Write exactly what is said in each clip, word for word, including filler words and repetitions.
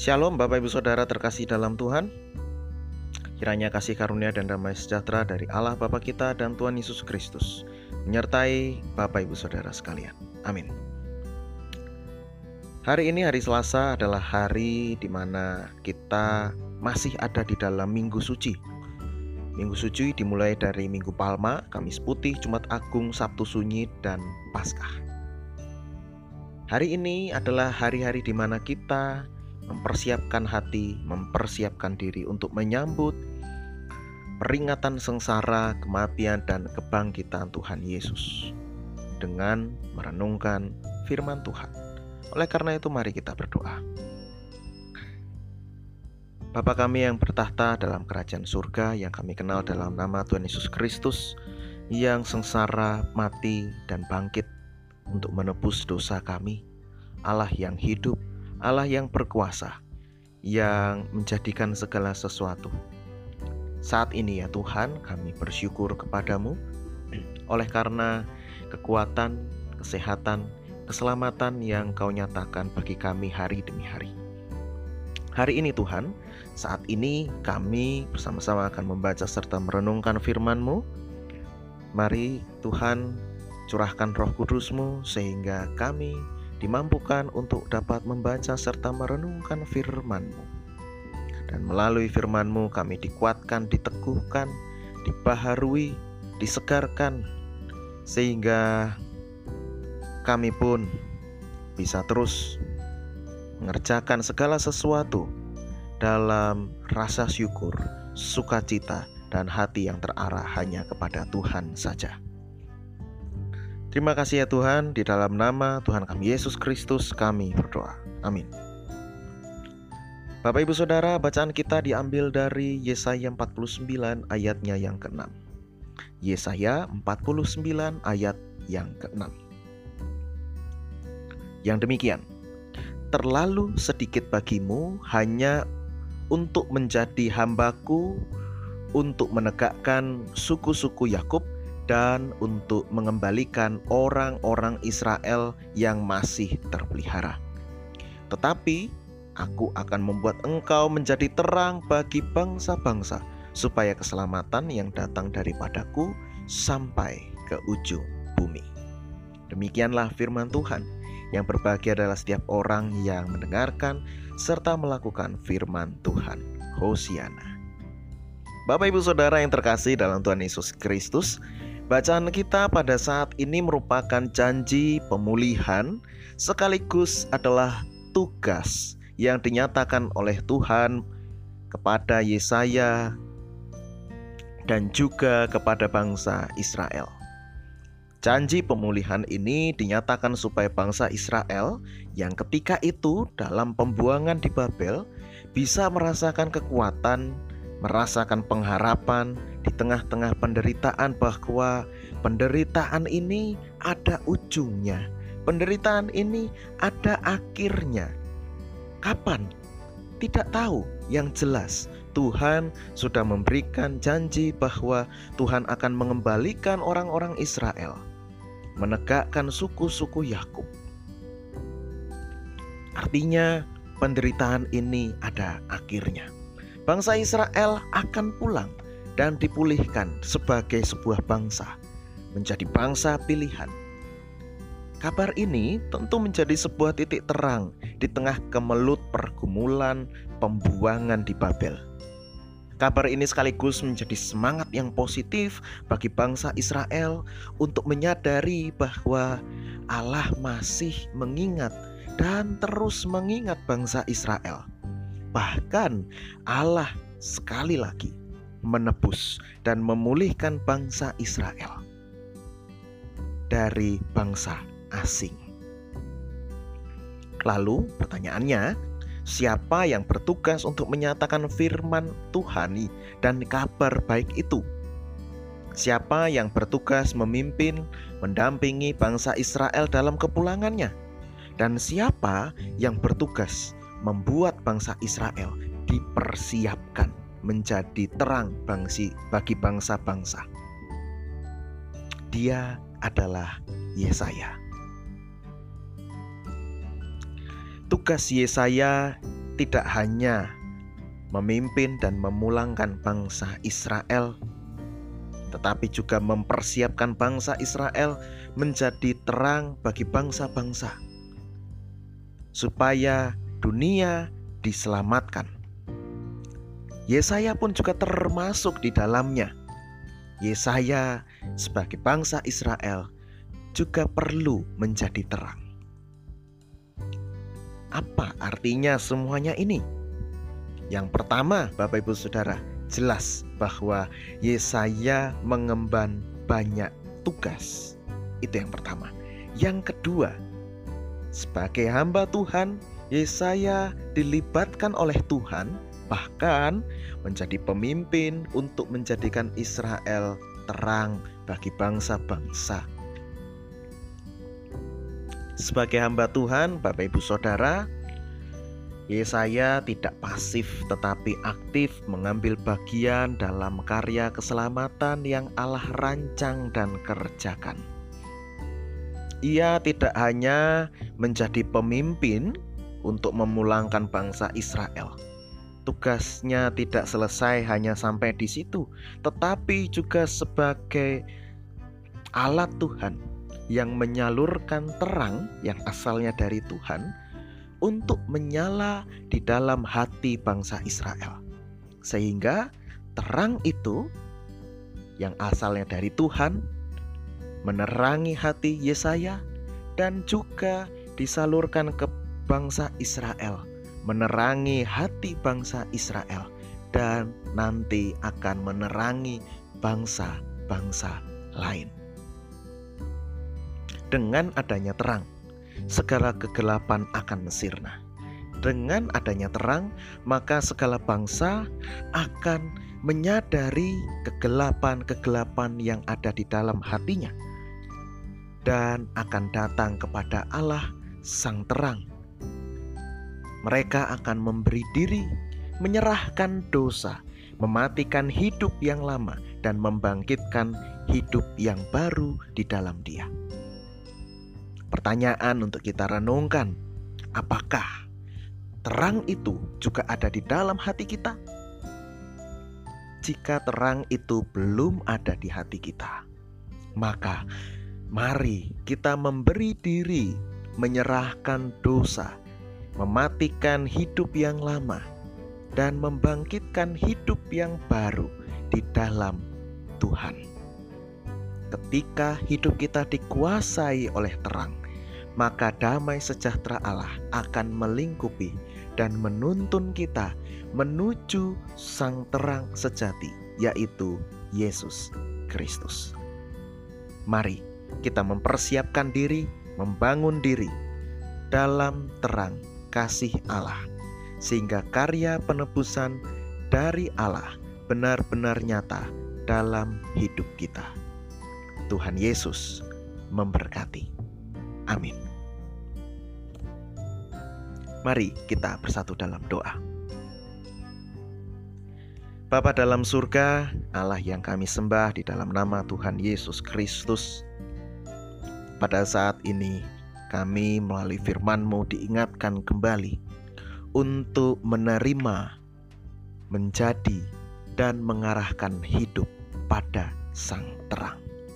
Shalom Bapak Ibu Saudara terkasih dalam Tuhan. Kiranya kasih karunia dan damai sejahtera dari Allah Bapa kita dan Tuhan Yesus Kristus menyertai Bapak Ibu Saudara sekalian. Amin. Hari ini hari Selasa adalah hari di mana kita masih ada di dalam Minggu Suci. Minggu Suci dimulai dari Minggu Palma, Kamis Putih, Jumat Agung, Sabtu Sunyi, dan Paskah. Hari ini adalah hari-hari di mana kita mempersiapkan hati, mempersiapkan diri untuk menyambut peringatan sengsara, kematian, dan kebangkitan Tuhan Yesus dengan merenungkan firman Tuhan. Oleh karena itu mari kita berdoa. Bapa kami yang bertahta dalam kerajaan surga, yang kami kenal dalam nama Tuhan Yesus Kristus, yang sengsara, mati, dan bangkit untuk menebus dosa kami, Allah yang hidup, Allah yang berkuasa, yang menjadikan segala sesuatu. Saat ini ya Tuhan, kami bersyukur kepadamu oleh karena kekuatan, kesehatan, keselamatan yang Kau nyatakan bagi kami hari demi hari. Hari ini Tuhan, saat ini kami bersama-sama akan membaca serta merenungkan firman-Mu. Mari Tuhan, curahkan Roh Kudus-Mu sehingga kami dimampukan untuk dapat membaca serta merenungkan firman-Mu. Dan melalui firman-Mu kami dikuatkan, diteguhkan, dibaharui, disegarkan, sehingga kami pun bisa terus mengerjakan segala sesuatu dalam rasa syukur, sukacita, dan hati yang terarah hanya kepada Tuhan saja. Terima kasih ya Tuhan, di dalam nama Tuhan kami Yesus Kristus kami berdoa. Amin. Bapak Ibu Saudara, bacaan kita diambil dari Yesaya empat puluh sembilan ayatnya yang keenam. Yesaya empat puluh sembilan ayat yang keenam. Yang demikian, terlalu sedikit bagimu hanya untuk menjadi hambaku, untuk menegakkan suku-suku Yakub, dan untuk mengembalikan orang-orang Israel yang masih terpelihara. Tetapi aku akan membuat engkau menjadi terang bagi bangsa-bangsa, supaya keselamatan yang datang daripadaku sampai ke ujung bumi. Demikianlah firman Tuhan. Yang berbahagia adalah setiap orang yang mendengarkan serta melakukan firman Tuhan. Hosiana. Bapak Ibu Saudara yang terkasih dalam Tuhan Yesus Kristus, bacaan kita pada saat ini merupakan janji pemulihan sekaligus adalah tugas yang dinyatakan oleh Tuhan kepada Yesaya dan juga kepada bangsa Israel. Janji pemulihan ini dinyatakan supaya bangsa Israel yang ketika itu dalam pembuangan di Babel bisa merasakan kekuatan, merasakan pengharapan di tengah-tengah penderitaan, bahwa penderitaan ini ada ujungnya. Penderitaan ini ada akhirnya. Kapan? Tidak tahu. Yang jelas Tuhan sudah memberikan janji bahwa Tuhan akan mengembalikan orang-orang Israel, menegakkan suku-suku Yakub. Artinya penderitaan ini ada akhirnya. Bangsa Israel akan pulang dan dipulihkan sebagai sebuah bangsa, menjadi bangsa pilihan. Kabar ini tentu menjadi sebuah titik terang di tengah kemelut pergumulan pembuangan di Babel. Kabar ini sekaligus menjadi semangat yang positif bagi bangsa Israel untuk menyadari bahwa Allah masih mengingat dan terus mengingat bangsa Israel. Bahkan Allah sekali lagi menebus dan memulihkan bangsa Israel dari bangsa asing. Lalu pertanyaannya, siapa yang bertugas untuk menyatakan firman Tuhan dan kabar baik itu? Siapa yang bertugas memimpin, mendampingi bangsa Israel dalam kepulangannya? Dan siapa yang bertugas membuat bangsa Israel dipersiapkan menjadi terang bangsi bagi bangsa-bangsa? Dia adalah Yesaya. Tugas Yesaya tidak hanya memimpin dan memulangkan bangsa Israel, tetapi juga mempersiapkan bangsa Israel menjadi terang bagi bangsa-bangsa, supaya dunia diselamatkan. Yesaya pun juga termasuk di dalamnya. Yesaya sebagai bangsa Israel juga perlu menjadi terang. Apa artinya semuanya ini? Yang pertama, Bapak Ibu Saudara, jelas bahwa Yesaya mengemban banyak tugas. Itu yang pertama. Yang kedua, sebagai hamba Tuhan, Yesaya dilibatkan oleh Tuhan, bahkan menjadi pemimpin untuk menjadikan Israel terang bagi bangsa-bangsa. Sebagai hamba Tuhan, Bapak Ibu Saudara, Yesaya tidak pasif tetapi aktif mengambil bagian dalam karya keselamatan yang Allah rancang dan kerjakan. Ia tidak hanya menjadi pemimpin untuk memulangkan bangsa Israel. Tugasnya tidak selesai hanya sampai di situ, tetapi juga sebagai alat Tuhan yang menyalurkan terang yang asalnya dari Tuhan untuk menyala di dalam hati bangsa Israel. Sehingga terang itu yang asalnya dari Tuhan menerangi hati Yesaya dan juga disalurkan ke bangsa Israel, menerangi hati bangsa Israel, dan nanti akan menerangi bangsa-bangsa lain. Dengan adanya terang, segala kegelapan akan sirna. Dengan adanya terang, maka segala bangsa akan menyadari kegelapan-kegelapan yang ada di dalam hatinya dan akan datang kepada Allah Sang Terang. Mereka akan memberi diri, menyerahkan dosa, mematikan hidup yang lama, dan membangkitkan hidup yang baru di dalam Dia. Pertanyaan untuk kita renungkan, apakah terang itu juga ada di dalam hati kita? Jika terang itu belum ada di hati kita, maka mari kita memberi diri, menyerahkan dosa, mematikan hidup yang lama, dan membangkitkan hidup yang baru di dalam Tuhan. Ketika hidup kita dikuasai oleh terang, maka damai sejahtera Allah akan melingkupi dan menuntun kita menuju Sang Terang sejati, yaitu Yesus Kristus. Mari kita mempersiapkan diri, membangun diri dalam terang kasih Allah, sehingga karya penebusan dari Allah benar-benar nyata dalam hidup kita. Tuhan Yesus memberkati. Amin. Mari kita bersatu dalam doa. Bapa dalam surga, Allah yang kami sembah di dalam nama Tuhan Yesus Kristus, pada saat ini kami melalui firman-Mu diingatkan kembali untuk menerima, menjadi, dan mengarahkan hidup pada Sang Terang.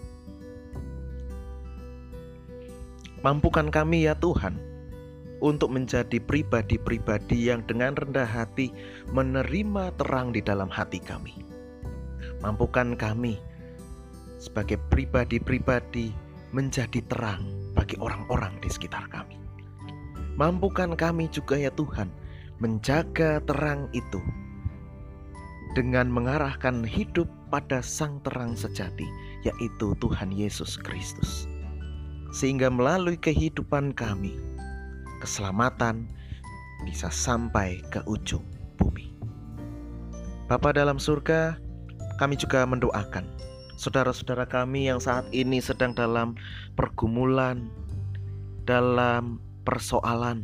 Mampukan kami ya Tuhan untuk menjadi pribadi-pribadi yang dengan rendah hati menerima terang di dalam hati kami. Mampukan kami sebagai pribadi-pribadi menjadi terang bagi orang-orang di sekitar kami. Mampukan kami juga ya Tuhan menjaga terang itu dengan mengarahkan hidup pada Sang Terang sejati, yaitu Tuhan Yesus Kristus. Sehingga melalui kehidupan kami, keselamatan bisa sampai ke ujung bumi. Bapa dalam surga, kami juga mendoakan saudara-saudara kami yang saat ini sedang dalam pergumulan, dalam persoalan.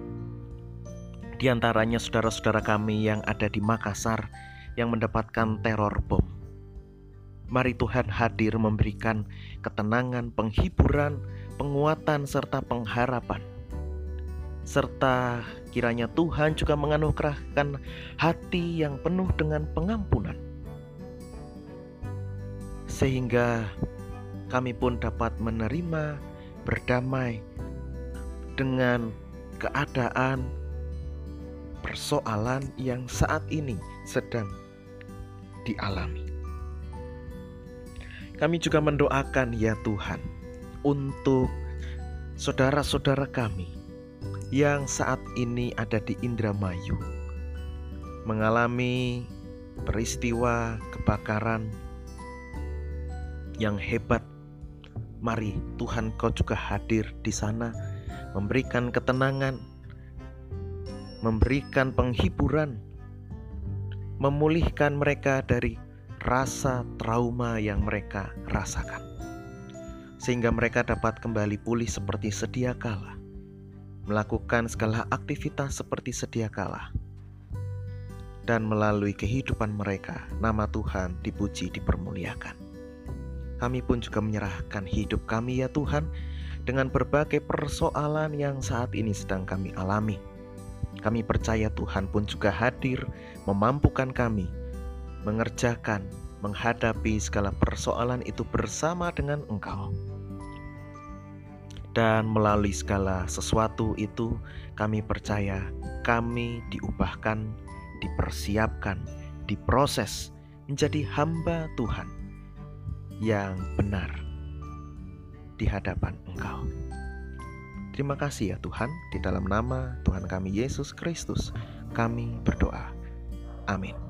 Di antaranya saudara-saudara kami yang ada di Makassar yang mendapatkan teror bom. Mari Tuhan hadir memberikan ketenangan, penghiburan, penguatan, serta pengharapan, serta Kiranya Tuhan juga menganugerahkan hati yang penuh dengan pengampunan, sehingga kami pun dapat menerima, berdamai dengan keadaan persoalan yang saat ini sedang dialami. Kami juga mendoakan ya Tuhan untuk saudara-saudara kami yang saat ini ada di Indramayu, mengalami peristiwa kebakaran yang hebat. Mari Tuhan, Kau juga hadir di sana, memberikan ketenangan, memberikan penghiburan, memulihkan mereka dari rasa trauma yang mereka rasakan, sehingga mereka dapat kembali pulih seperti sedia kala, melakukan segala aktivitas seperti sedia kala, dan melalui kehidupan mereka nama Tuhan dipuji, dipermuliakan. Kami pun juga menyerahkan hidup kami ya Tuhan, dengan berbagai persoalan yang saat ini sedang kami alami. Kami percaya Tuhan pun juga hadir, memampukan kami mengerjakan, menghadapi segala persoalan itu bersama dengan Engkau. Dan melalui segala sesuatu itu, kami percaya kami diubahkan, dipersiapkan, diproses menjadi hamba Tuhan yang benar di hadapan Engkau. Terima kasih ya Tuhan, di dalam nama Tuhan kami Yesus Kristus kami berdoa. Amin.